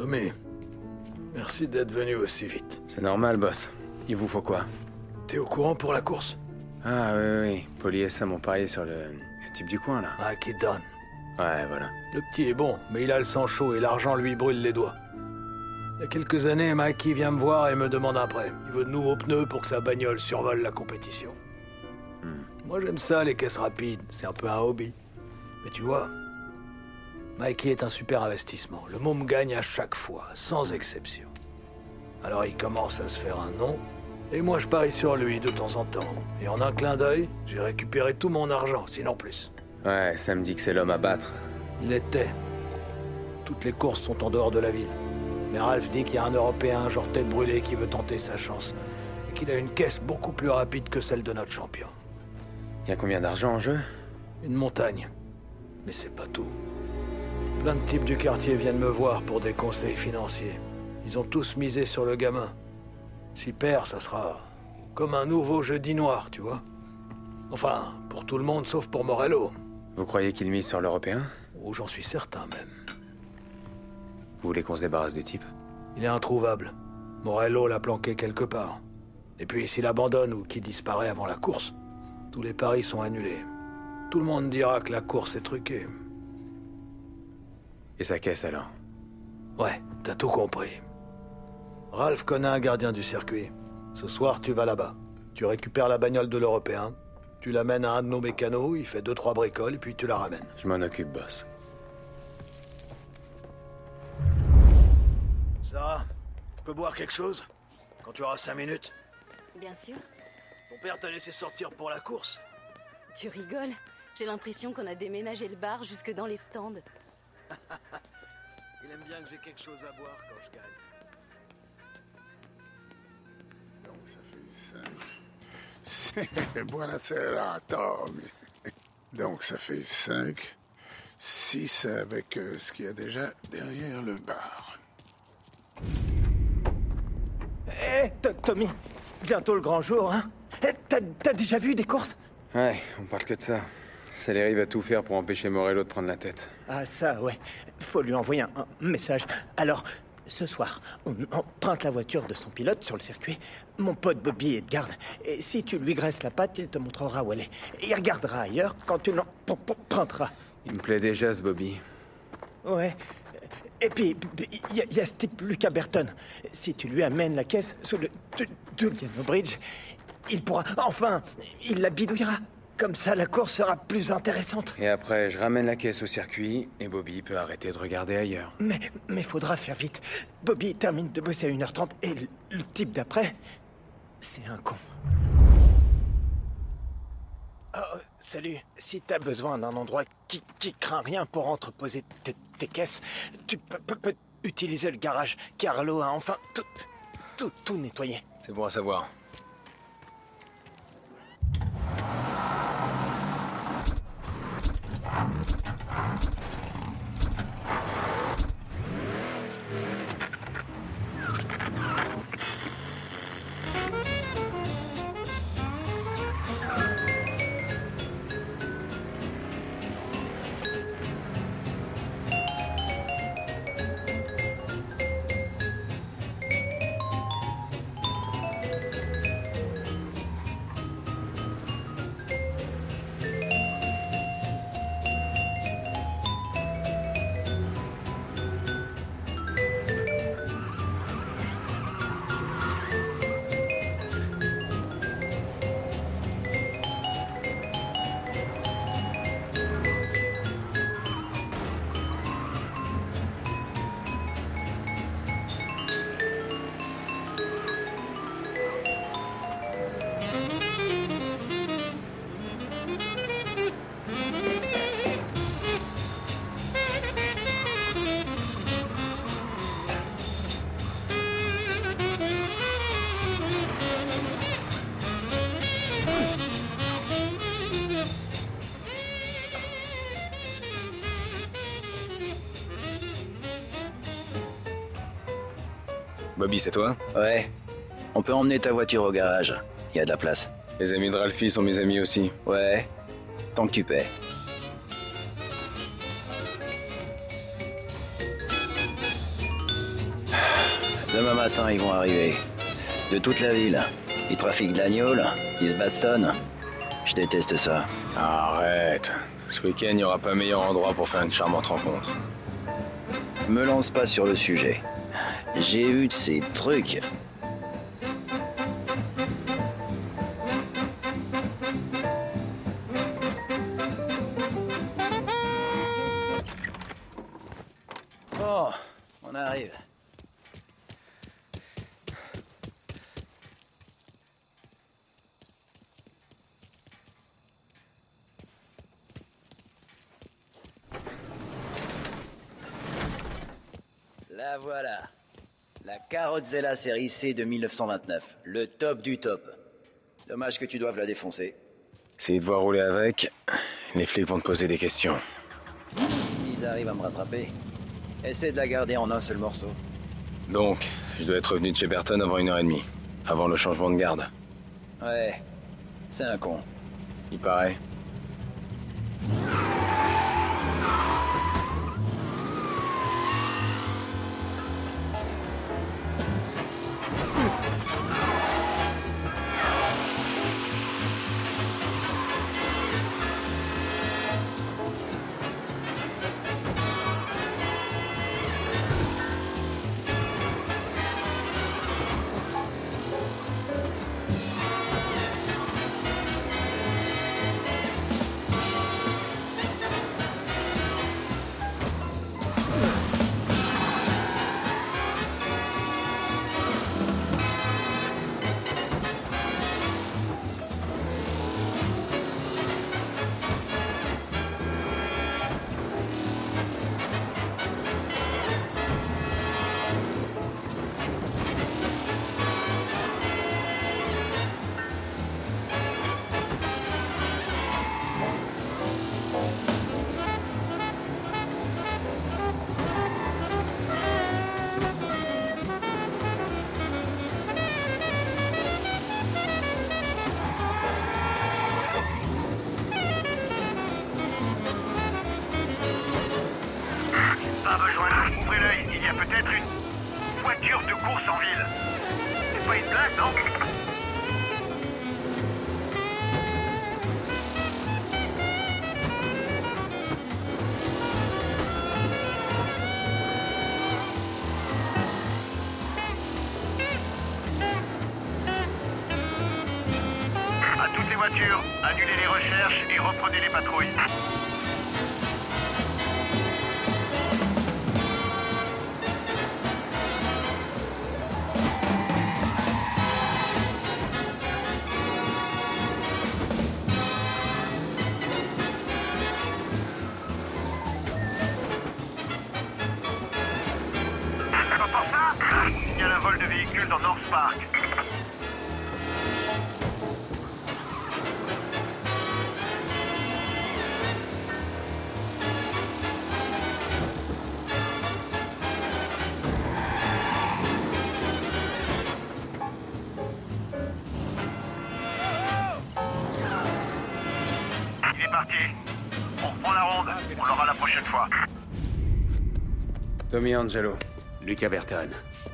Tommy, merci d'être venu aussi vite. C'est normal, boss. Il vous faut quoi? T'es au courant pour la course? Ah oui. Polly et Sam ont parié sur le type du coin, là. Ah, qui donne. Ouais, voilà. Le petit est bon, mais il a le sang chaud et l'argent lui brûle les doigts. Il y a quelques années, Mikey vient me voir et me demande un prêt. Il veut de nouveaux pneus pour que sa bagnole survole la compétition. Moi, j'aime ça, les caisses rapides. C'est un peu un hobby. Mais tu vois, Mikey est un super investissement. Le môme gagne à chaque fois, sans exception. Alors il commence à se faire un nom, et moi je parie sur lui de temps en temps. Et en un clin d'œil, j'ai récupéré tout mon argent, sinon plus. Ouais, Sam dit que c'est l'homme à battre. Il l'était. Toutes les courses sont en dehors de la ville. Mais Ralph dit qu'il y a un Européen, genre tête brûlée, qui veut tenter sa chance. Et qu'il a une caisse beaucoup plus rapide que celle de notre champion. Y a combien d'argent en jeu? Une montagne. Mais c'est pas tout. Plein de types du quartier viennent me voir pour des conseils financiers. Ils ont tous misé sur le gamin. S'il perd, ça sera comme un nouveau jeudi noir, tu vois. Enfin, pour tout le monde sauf pour Morello. Vous croyez qu'il mise sur l'Européen? Oh, j'en suis certain même. Vous voulez qu'on se débarrasse du type? Il est introuvable. Morello l'a planqué quelque part. Et puis s'il abandonne ou qu'il disparaît avant la course, tous les paris sont annulés. Tout le monde dira que la course est truquée. Et sa caisse alors? Ouais, t'as tout compris. Ralph connaît un gardien du circuit. Ce soir, tu vas là-bas. Tu récupères la bagnole de l'Européen. Tu l'amènes à un de nos mécanos, il fait 2-3 bricoles, et puis tu la ramènes. Je m'en occupe, boss. Sarah, tu peux boire quelque chose? Quand tu auras 5 minutes. Bien sûr. Ton père t'a laissé sortir pour la course? Tu rigoles? J'ai l'impression qu'on a déménagé le bar jusque dans les stands. Il aime bien que j'ai quelque chose à boire quand je gagne. Donc ça fait 5. Buonasera, Tommy. Donc ça fait 5, 6 avec ce qu'il y a déjà derrière le bar. Hé, Tommy, bientôt le grand jour, hein? T'as déjà vu des courses? Ouais, on parle que de ça. Saleri va tout faire pour empêcher Morello de prendre la tête. Ah ça, ouais. Faut lui envoyer un message. Alors, ce soir, on emprunte la voiture de son pilote sur le circuit. Mon pote Bobby est de garde. Et si tu lui graisses la patte, il te montrera où elle est. Et il regardera ailleurs quand tu l'emprunteras. Il me plaît déjà, ce Bobby. Ouais. Et puis, il y a ce type Lucas Burton. Si tu lui amènes la caisse sous le Giuliano Bridge, il pourra... Enfin, il la bidouillera. Comme ça, la course sera plus intéressante. Et après, je ramène la caisse au circuit, et Bobby peut arrêter de regarder ailleurs. Mais faudra faire vite. Bobby termine de bosser à 1h30, et le type d'après, c'est un con. Oh, salut. Si t'as besoin d'un endroit qui craint rien pour entreposer tes caisses, tu peux utiliser le garage. Carlo a enfin tout nettoyé. C'est bon à savoir. Bobby, c'est toi? Ouais. On peut emmener ta voiture au garage. Il y a de la place. Les amis de Ralphie sont mes amis aussi. Ouais. Tant que tu paies. matin, ils vont arriver. De toute la ville. Ils trafiquent de l'agneau, ils se bastonnent. Je déteste ça. Arrête. Ce week-end, il n'y aura pas meilleur endroit pour faire une charmante rencontre. Me lance pas sur le sujet. J'ai vu de ces trucs. Oh, on arrive. La voilà. La Carrozzella série C de 1929. Le top du top. Dommage que tu doives la défoncer. Si te voir rouler avec, les flics vont te poser des questions. S'ils arrivent à me rattraper, essaie de la garder en un seul morceau. Donc, je dois être revenu de chez Burton avant 1h30. Avant le changement de garde. Ouais, c'est un con. Il paraît. Pas besoin, ouvrez l'œil, il y a peut-être une voiture de course en ville. C'est pas une blague, non? À toutes les voitures, annulez les recherches et reprenez les patrouilles. T'entends ça? Il y a un vol de véhicules dans North Park. Il est parti. On reprend la ronde. On l'aura la prochaine fois. Tommy Angelo. Lucas Burton.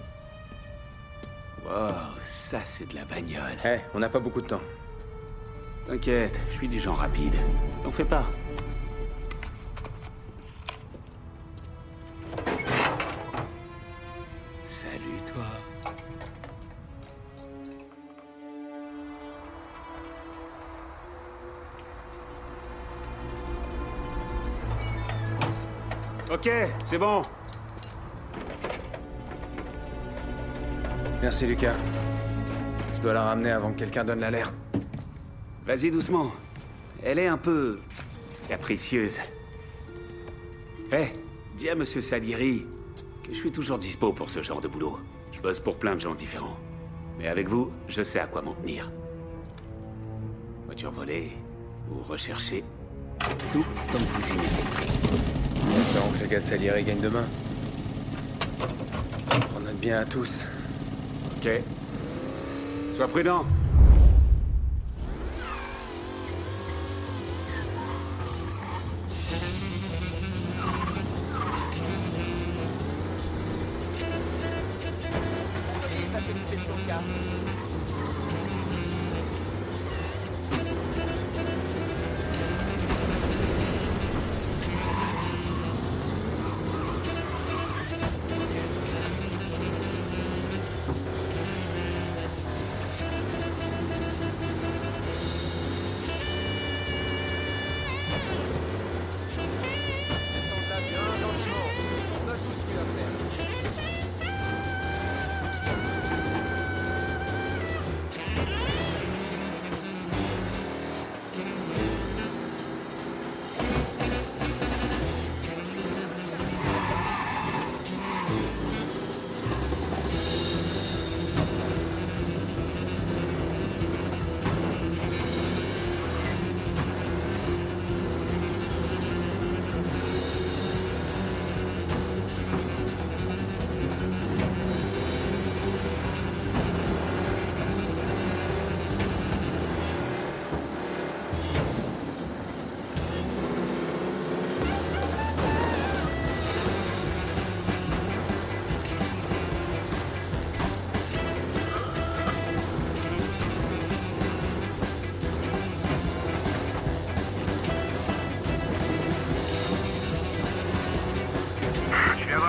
Wow, ça c'est de la bagnole. Hé, on n'a pas beaucoup de temps. T'inquiète, je suis du genre rapide. T'en fais pas. Salut toi. Ok, c'est bon. Merci, Lucas. Je dois la ramener avant que quelqu'un donne l'alerte. Vas-y doucement. Elle est un peu capricieuse. Hé, dis à Monsieur Salieri que je suis toujours dispo pour ce genre de boulot. Je bosse pour plein de gens différents. Mais avec vous, je sais à quoi m'en tenir. Voiture volée ou recherchée, tout tant que vous y mettez le prix. Espérons que les gars de Salieri gagnent demain. On note bien à tous. Ok. Sois prudent.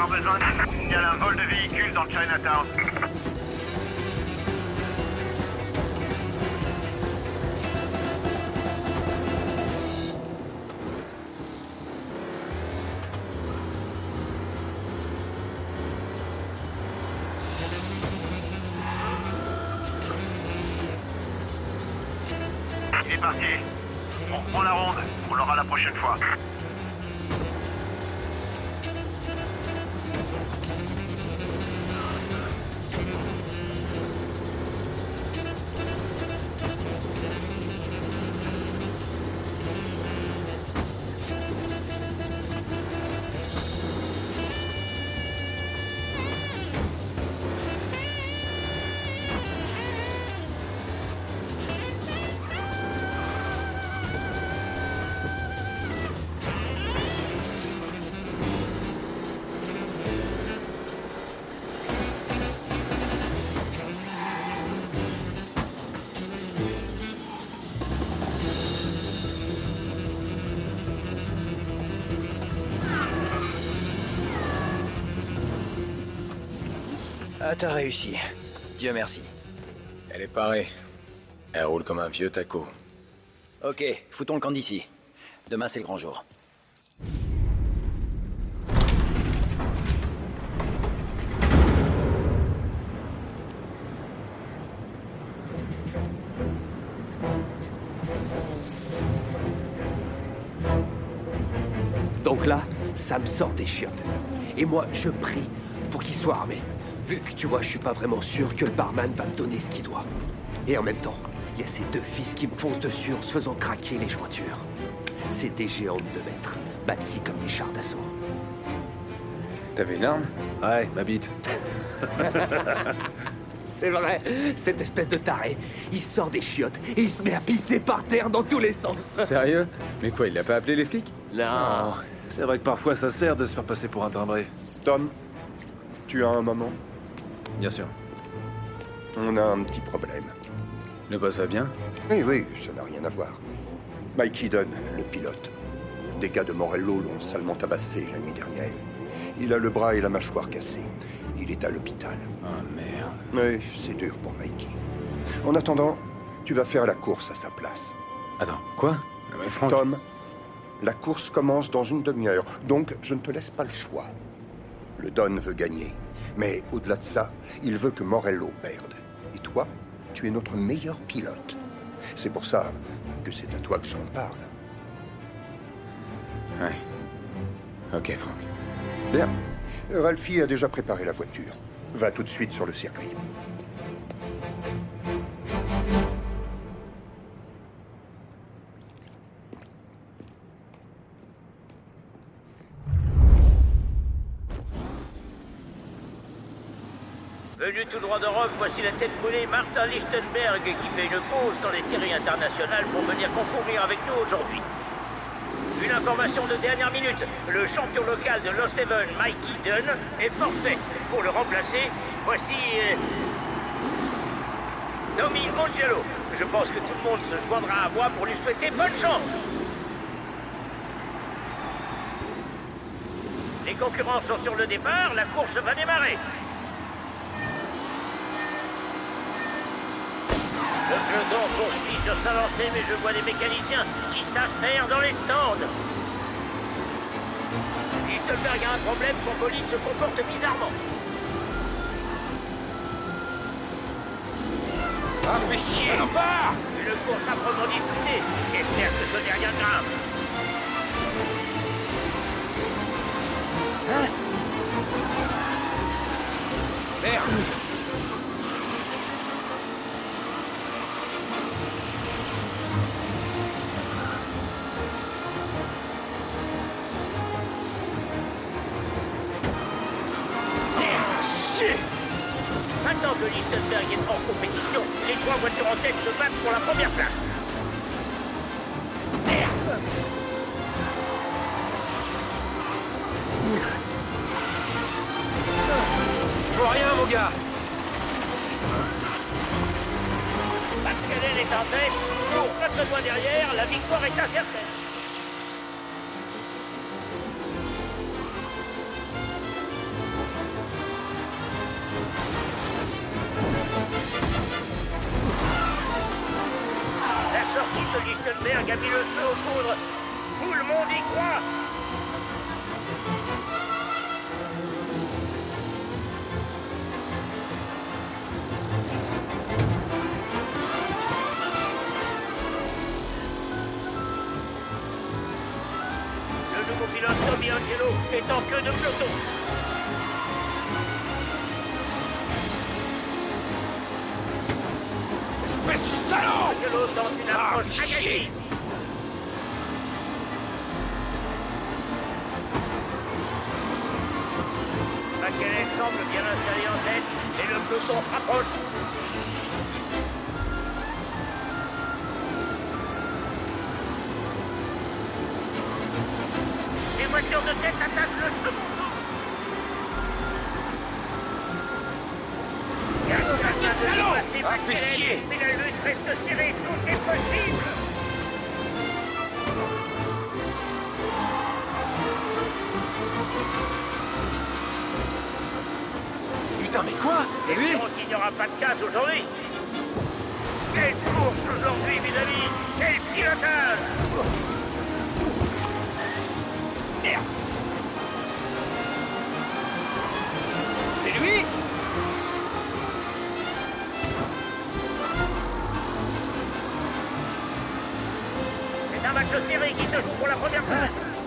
besoin de... Il y a un vol de véhicules dans Chinatown. Il est parti. On reprend la ronde. On l'aura la prochaine fois. Ah, t'as réussi. Dieu merci. Elle est parée. Elle roule comme un vieux taco. Ok, foutons le camp d'ici. Demain, c'est le grand jour. Donc là, ça me sort des chiottes. Et moi, je prie pour qu'il soit armé. Vu que, tu vois, je suis pas vraiment sûr que le barman va me donner ce qu'il doit. Et en même temps, il y a ces deux fils qui me foncent dessus en se faisant craquer les jointures. C'est des géants de 2 mètres, bâtis comme des chars d'assaut. T'avais une arme? Ouais, ma bite. C'est vrai, cette espèce de taré, il sort des chiottes et il se met à pisser par terre dans tous les sens. Sérieux? Mais quoi, il a pas appelé les flics? Non. C'est vrai que parfois ça sert de se faire passer pour un timbré. Tom, tu as un moment? Bien sûr. On a un petit problème. Le boss va bien? Oui, ça n'a rien à voir. Mikey Dunn, le pilote. Des gars de Morello l'ont salement tabassé la nuit dernière. Il a le bras et la mâchoire cassés. Il est à l'hôpital. Oh merde. Oui, c'est dur pour Mikey. En attendant, tu vas faire la course à sa place. Attends, quoi? Non, mais Franck... Tom, la course commence dans une demi-heure, donc je ne te laisse pas le choix. Le Don veut gagner, mais au-delà de ça, il veut que Morello perde. Et toi, tu es notre meilleur pilote. C'est pour ça que c'est à toi que j'en parle. Ouais. Ok, Franck. Bien. Ralphie a déjà préparé la voiture. Va tout de suite sur le circuit. Venu tout droit d'Europe, voici la tête brûlée Martin Lichtenberg qui fait une pause dans les séries internationales pour venir concourir avec nous aujourd'hui. Une information de dernière minute, le champion local de Lost Haven, Mikey Dunn, est forfait. Pour le remplacer, voici... Tommy Angelo. Je pense que tout le monde se joindra à moi pour lui souhaiter bonne chance. Les concurrents sont sur le départ, la course va démarrer. Le peloton poursuit sur sa lancée, mais je vois des mécaniciens qui s'affairent dans les stands. Lichtenberg a un problème, son bolide se comporte bizarrement. Ah, fais chier! Part! Une course âprement disputée. J'espère que ce n'est rien de grave. Hein? Merde! Maintenant que Lichtenberg est en compétition, les 3 voitures en tête se battent pour la première place. Merde! Je vois rien, mon gars. Pascalel est en tête, pour 4 points derrière, la victoire est incertaine. d'eau poudre. Tout le monde y croit. Le nouveau pilote Tommy Angelo est en queue de peloton. Espèce de salaud! Angelo tente une approche agressive. McKellen semble bien installé en tête et le peloton rapproche. Les voitures de tête attaquent le second tour. Fais chier! Mais la lutte reste serrée, tout est possible. Putain, mais quoi? C'est lui? Espérons qu'il n'y aura pas de casse aujourd'hui. Quelle course aujourd'hui, mes amis! Quel pilotage! Merde! C'est lui? C'est un match serré qui se joue pour la première fois.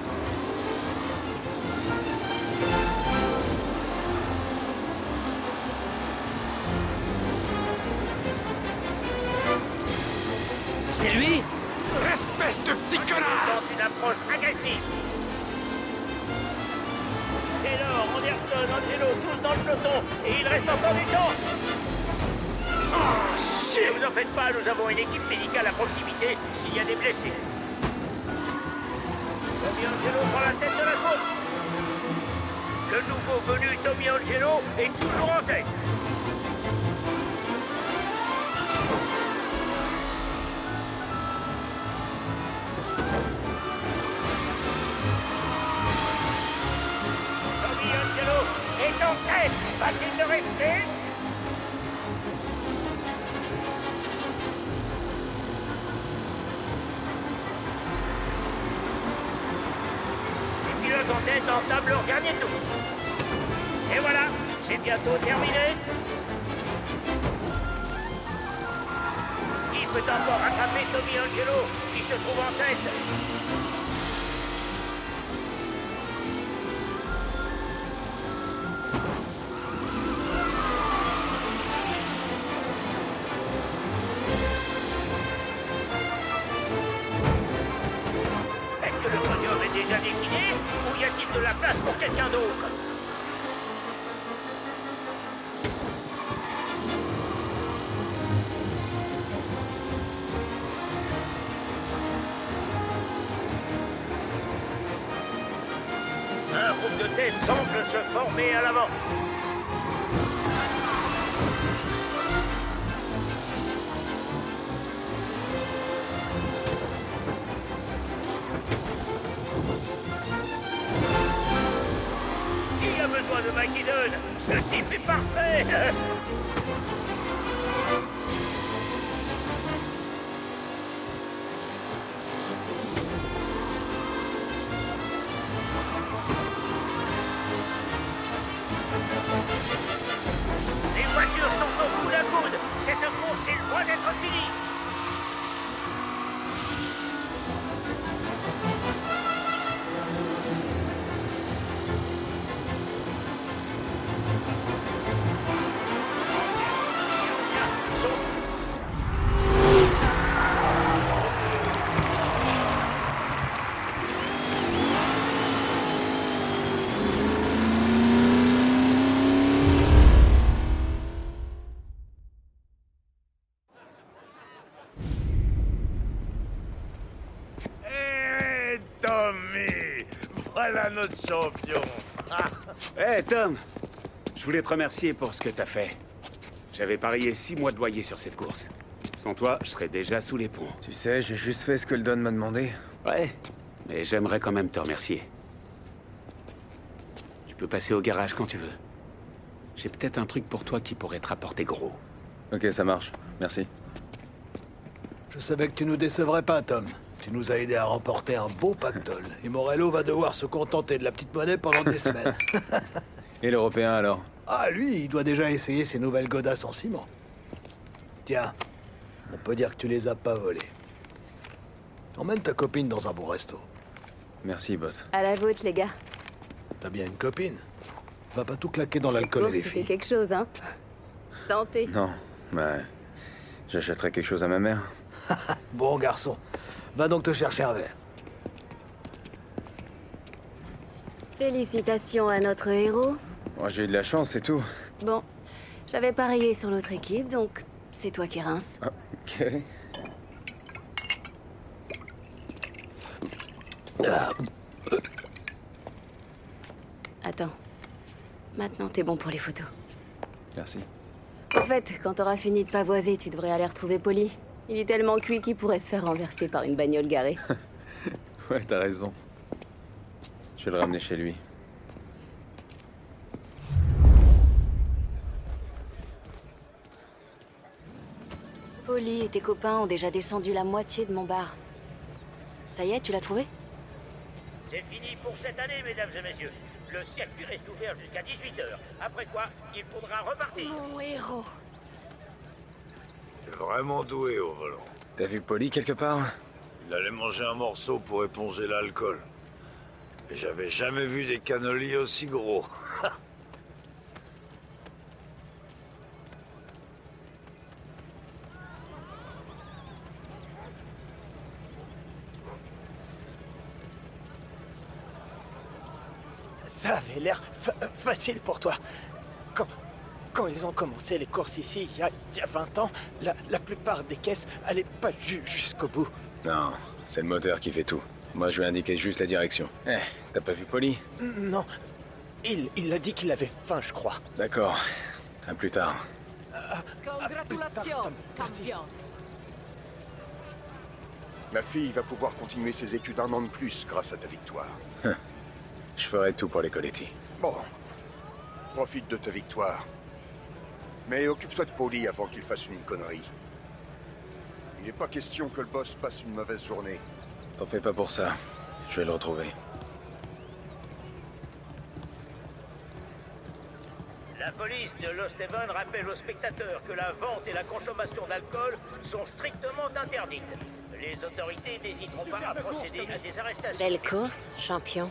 C'est lui? Espèce de petit connard! Tente une approche agressive. Taylor, Anderson, Angelo, tous dans le peloton. Et il reste encore du temps. Oh, shit! Ne vous en faites pas, nous avons une équipe médicale à proximité s'il y a des blessés. Tommy Angelo prend la tête de la course. Le nouveau venu Tommy Angelo est toujours en tête. Tommy Angelo est en tête. Va-t-il le rester? Les pilotes en tête entament leur dernier tour. Et voilà, c'est bientôt terminé. Qui peut encore rattraper Tommy Angelo qui se trouve en tête? Est-ce que le podium est déjà décidé ou y a-t-il de la place pour quelqu'un d'autre? Un groupe de tête semble se former à l'avant. Qui a besoin de McKinnon? Ce type est parfait. Les voitures sont au bout d'un coude. Cette course est loin d'être finie. Tommy! Voilà notre champion! Hé, Tom! Je voulais te remercier pour ce que t'as fait. J'avais parié 6 mois de loyer sur cette course. Sans toi, je serais déjà sous les ponts. Tu sais, j'ai juste fait ce que le Don m'a demandé. Ouais, mais j'aimerais quand même te remercier. Tu peux passer au garage quand tu veux. J'ai peut-être un truc pour toi qui pourrait te rapporter gros. Ok, ça marche. Merci. Je savais que tu nous décevrais pas, Tom. Tu nous as aidé à remporter un beau pactole. Et Morello va devoir se contenter de la petite monnaie pendant des semaines. Et l'Européen alors? Ah, lui, il doit déjà essayer ses nouvelles godasses en ciment. Tiens, on peut dire que tu les as pas volées. Emmène ta copine dans un bon resto. Merci, boss. À la vôtre, les gars. T'as bien une copine? Va pas tout claquer dans l'alcool et les C'était filles. quelque chose, hein. Santé. Non, bah... J'achèterai quelque chose à ma mère. Bon garçon, va donc te chercher un verre. Félicitations à notre héros. Moi, j'ai eu de la chance, c'est tout. Bon, j'avais parié sur l'autre équipe, donc c'est toi qui rince. Ah, ok. Attends. Maintenant, t'es bon pour les photos. Merci. En fait, quand t'auras fini de pavoiser, tu devrais aller retrouver Polly. Il est tellement cuit qu'il pourrait se faire renverser par une bagnole garée. Ouais, t'as raison. Je vais le ramener chez lui. Polly et tes copains ont déjà descendu la moitié de mon bar. Ça y est, tu l'as trouvé? C'est fini pour cette année, mesdames et messieurs. Le circuit reste ouvert jusqu'à 18h. Après quoi, il faudra repartir. Mon héros. T'es vraiment doué au volant. T'as vu Polly quelque part? Il allait manger un morceau pour éponger l'alcool. Et j'avais jamais vu des cannolis aussi gros. Ça avait l'air facile pour toi. Quand ils ont commencé les courses ici, il y a 20 ans, la plupart des caisses allaient pas jusqu'au bout. Non, c'est le moteur qui fait tout. Moi, je vais indiquer juste la direction. Eh, t'as pas vu Polly? Non. Il a dit qu'il avait faim, je crois. D'accord. À plus tard. Congratulations, champion. Ma fille va pouvoir continuer ses études un an de plus grâce à ta victoire. Je ferai tout pour les Coletti. Bon. Profite de ta victoire. Mais occupe-toi de Polly avant qu'il fasse une connerie. Il n'est pas question que le boss passe une mauvaise journée. T'en fais pas pour ça. Je vais le retrouver. La police de Lost Haven rappelle aux spectateurs que la vente et la consommation d'alcool sont strictement interdites. Les autorités n'hésiteront pas à procéder à des arrestations. Belle course, champion.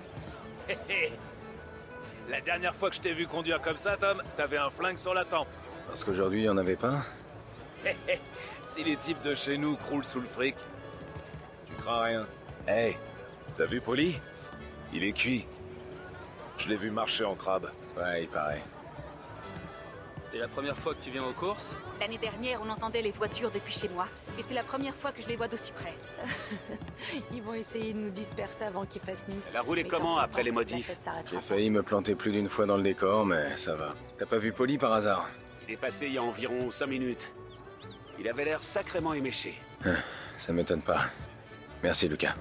La dernière fois que je t'ai vu conduire comme ça, Tom, t'avais un flingue sur la tempe. Parce qu'aujourd'hui, il n'y en avait pas? Si les types de chez nous croulent sous le fric, Tu crains rien. Hey, t'as vu Polly? Il est cuit. Je l'ai vu marcher en crabe. Ouais, il paraît. C'est la première fois que tu viens aux courses? L'année dernière, on entendait les voitures depuis chez moi. Et c'est la première fois que je les vois d'aussi près. Ils vont essayer de nous disperser avant qu'il fasse nuit. Elle a roulé comment après les modifs? J'ai failli me planter plus d'une fois dans le décor, mais ça va. T'as pas vu Polly par hasard? Il est passé il y a environ 5 minutes. Il avait l'air sacrément éméché. Ça m'étonne pas. Merci, Lucas.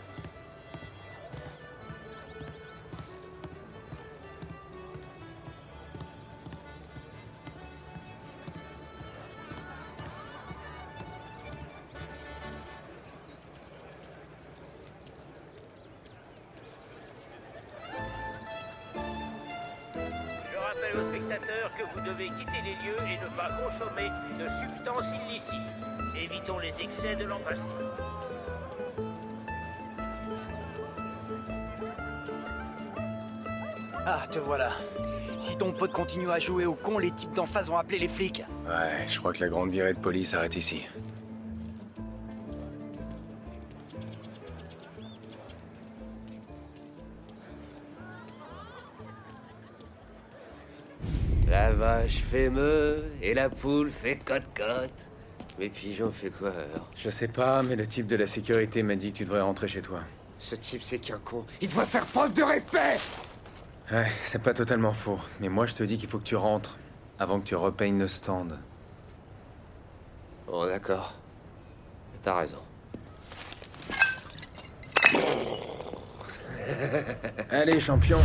Je rappelle aux spectateurs que vous devez quitter les lieux et ne pas consommer de substances illicites. Évitons les excès de l'an passé. Ah, te voilà. Si ton pote continue à jouer au con, les types d'en face vont appeler les flics. Ouais, je crois que la grande virée de police s'arrête ici. La vache fait meu et la poule fait cote-cote. Mais pigeon fait quoi alors? Je sais pas, mais le type de la sécurité m'a dit que tu devrais rentrer chez toi. Ce type c'est qu'un con. Il doit faire preuve de respect! Ouais, c'est pas totalement faux. Mais moi, je te dis qu'il faut que tu rentres avant que tu repeignes le stand. Bon, d'accord. T'as raison. Allez, champion.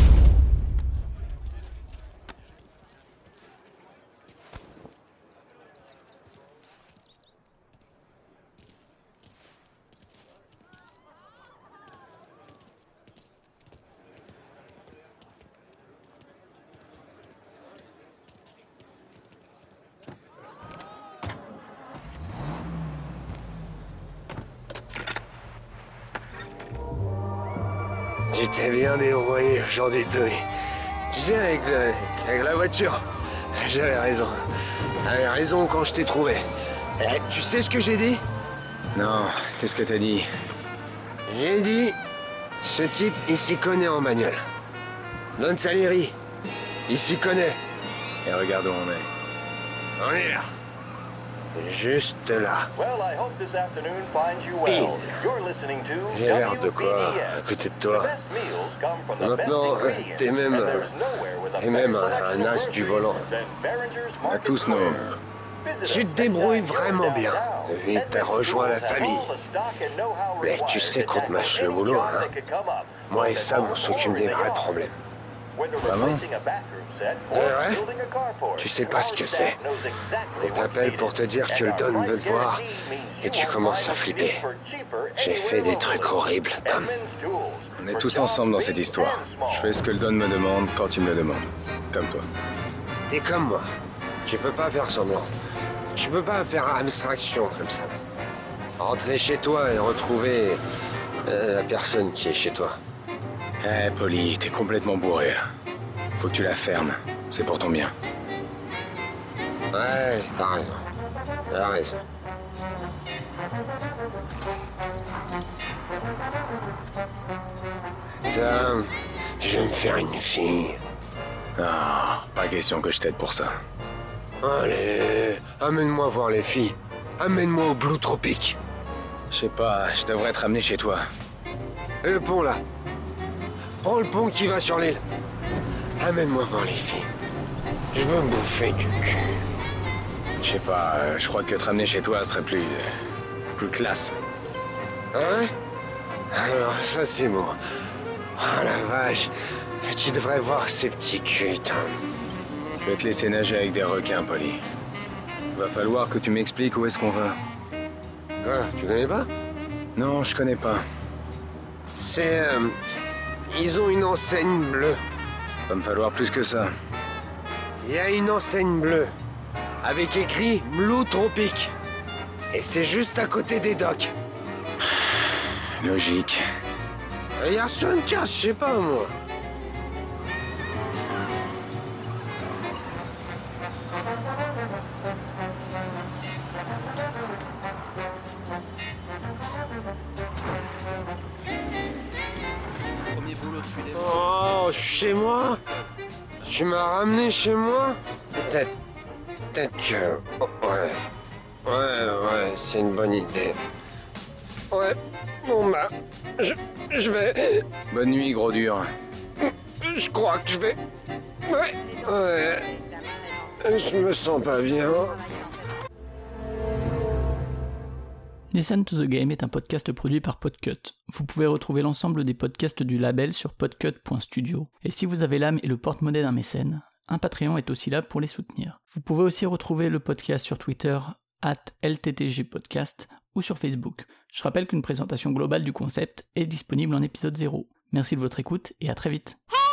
Tu t'es bien débrouillé aujourd'hui, Tommy. Tu sais, avec la voiture, j'avais raison. J'avais raison quand je t'ai trouvé. Tu sais ce que j'ai dit? Non, qu'est-ce que t'as dit? J'ai dit, ce type, il s'y connaît en bagnole. Don Salieri, il s'y connaît. Et regarde où on est. On est là. Juste là. J'ai l'air de quoi à côté de toi? Maintenant, t'es même un as du volant. On a tous nos... Tu te débrouilles vraiment bien. Et t'as rejoint la famille. Mais tu sais qu'on te mâche le boulot, hein? Moi et Sam, on s'occupe des vrais problèmes. Vraiment? Ouais? Tu sais pas ce que c'est. On t'appelle pour te dire que le Don veut te voir et tu commences à flipper. J'ai fait des trucs horribles, Tom. On est tous ensemble dans cette histoire. Je fais ce que le Don me demande quand il me le demande. Comme toi. T'es comme moi. Tu peux pas faire semblant. Tu peux pas faire abstraction comme ça. Rentrer chez toi et retrouver la personne qui est chez toi. Eh, Polly, t'es complètement bourré, là. Faut que tu la fermes. C'est pour ton bien. Ouais, t'as raison. T'as raison. Ça, je vais me faire une fille. Ah, pas question que je t'aide pour ça. Allez, amène-moi voir les filles. Amène-moi au Blue Tropique. Je sais pas, je devrais te ramener chez toi. Et le pont, là. Prends le pont qui va sur l'île. Amène-moi voir les filles. Je veux me bouffer du cul. Je sais pas, je crois que te ramener chez toi serait plus classe. Hein? Alors, ça c'est bon. Oh la vache. Tu devrais voir ces petits culs, Tom. Je vais te laisser nager avec des requins, Polly. Va falloir que tu m'expliques où est-ce qu'on va. Quoi? Tu connais pas? Non, je connais pas. C'est... ils ont une enseigne bleue. Va me falloir plus que ça. Il y a une enseigne bleue. Avec écrit Blue Tropique. Et c'est juste à côté des docks. Logique. Regarde sur une carte, je sais pas moi. Oh, chez moi? Tu m'as ramené chez moi? Peut-être que... Ouais, c'est une bonne idée. Ouais, bon bah... Je vais... Bonne nuit, gros dur. Je crois que je vais... Ouais... Je me sens pas bien. Listen to the Game est un podcast produit par Podcut. Vous pouvez retrouver l'ensemble des podcasts du label sur podcut.studio. Et si vous avez l'âme et le porte-monnaie d'un mécène, un Patreon est aussi là pour les soutenir. Vous pouvez aussi retrouver le podcast sur Twitter @LTTGpodcast ou sur Facebook. Je rappelle qu'une présentation globale du concept est disponible en épisode 0. Merci de votre écoute et à très vite.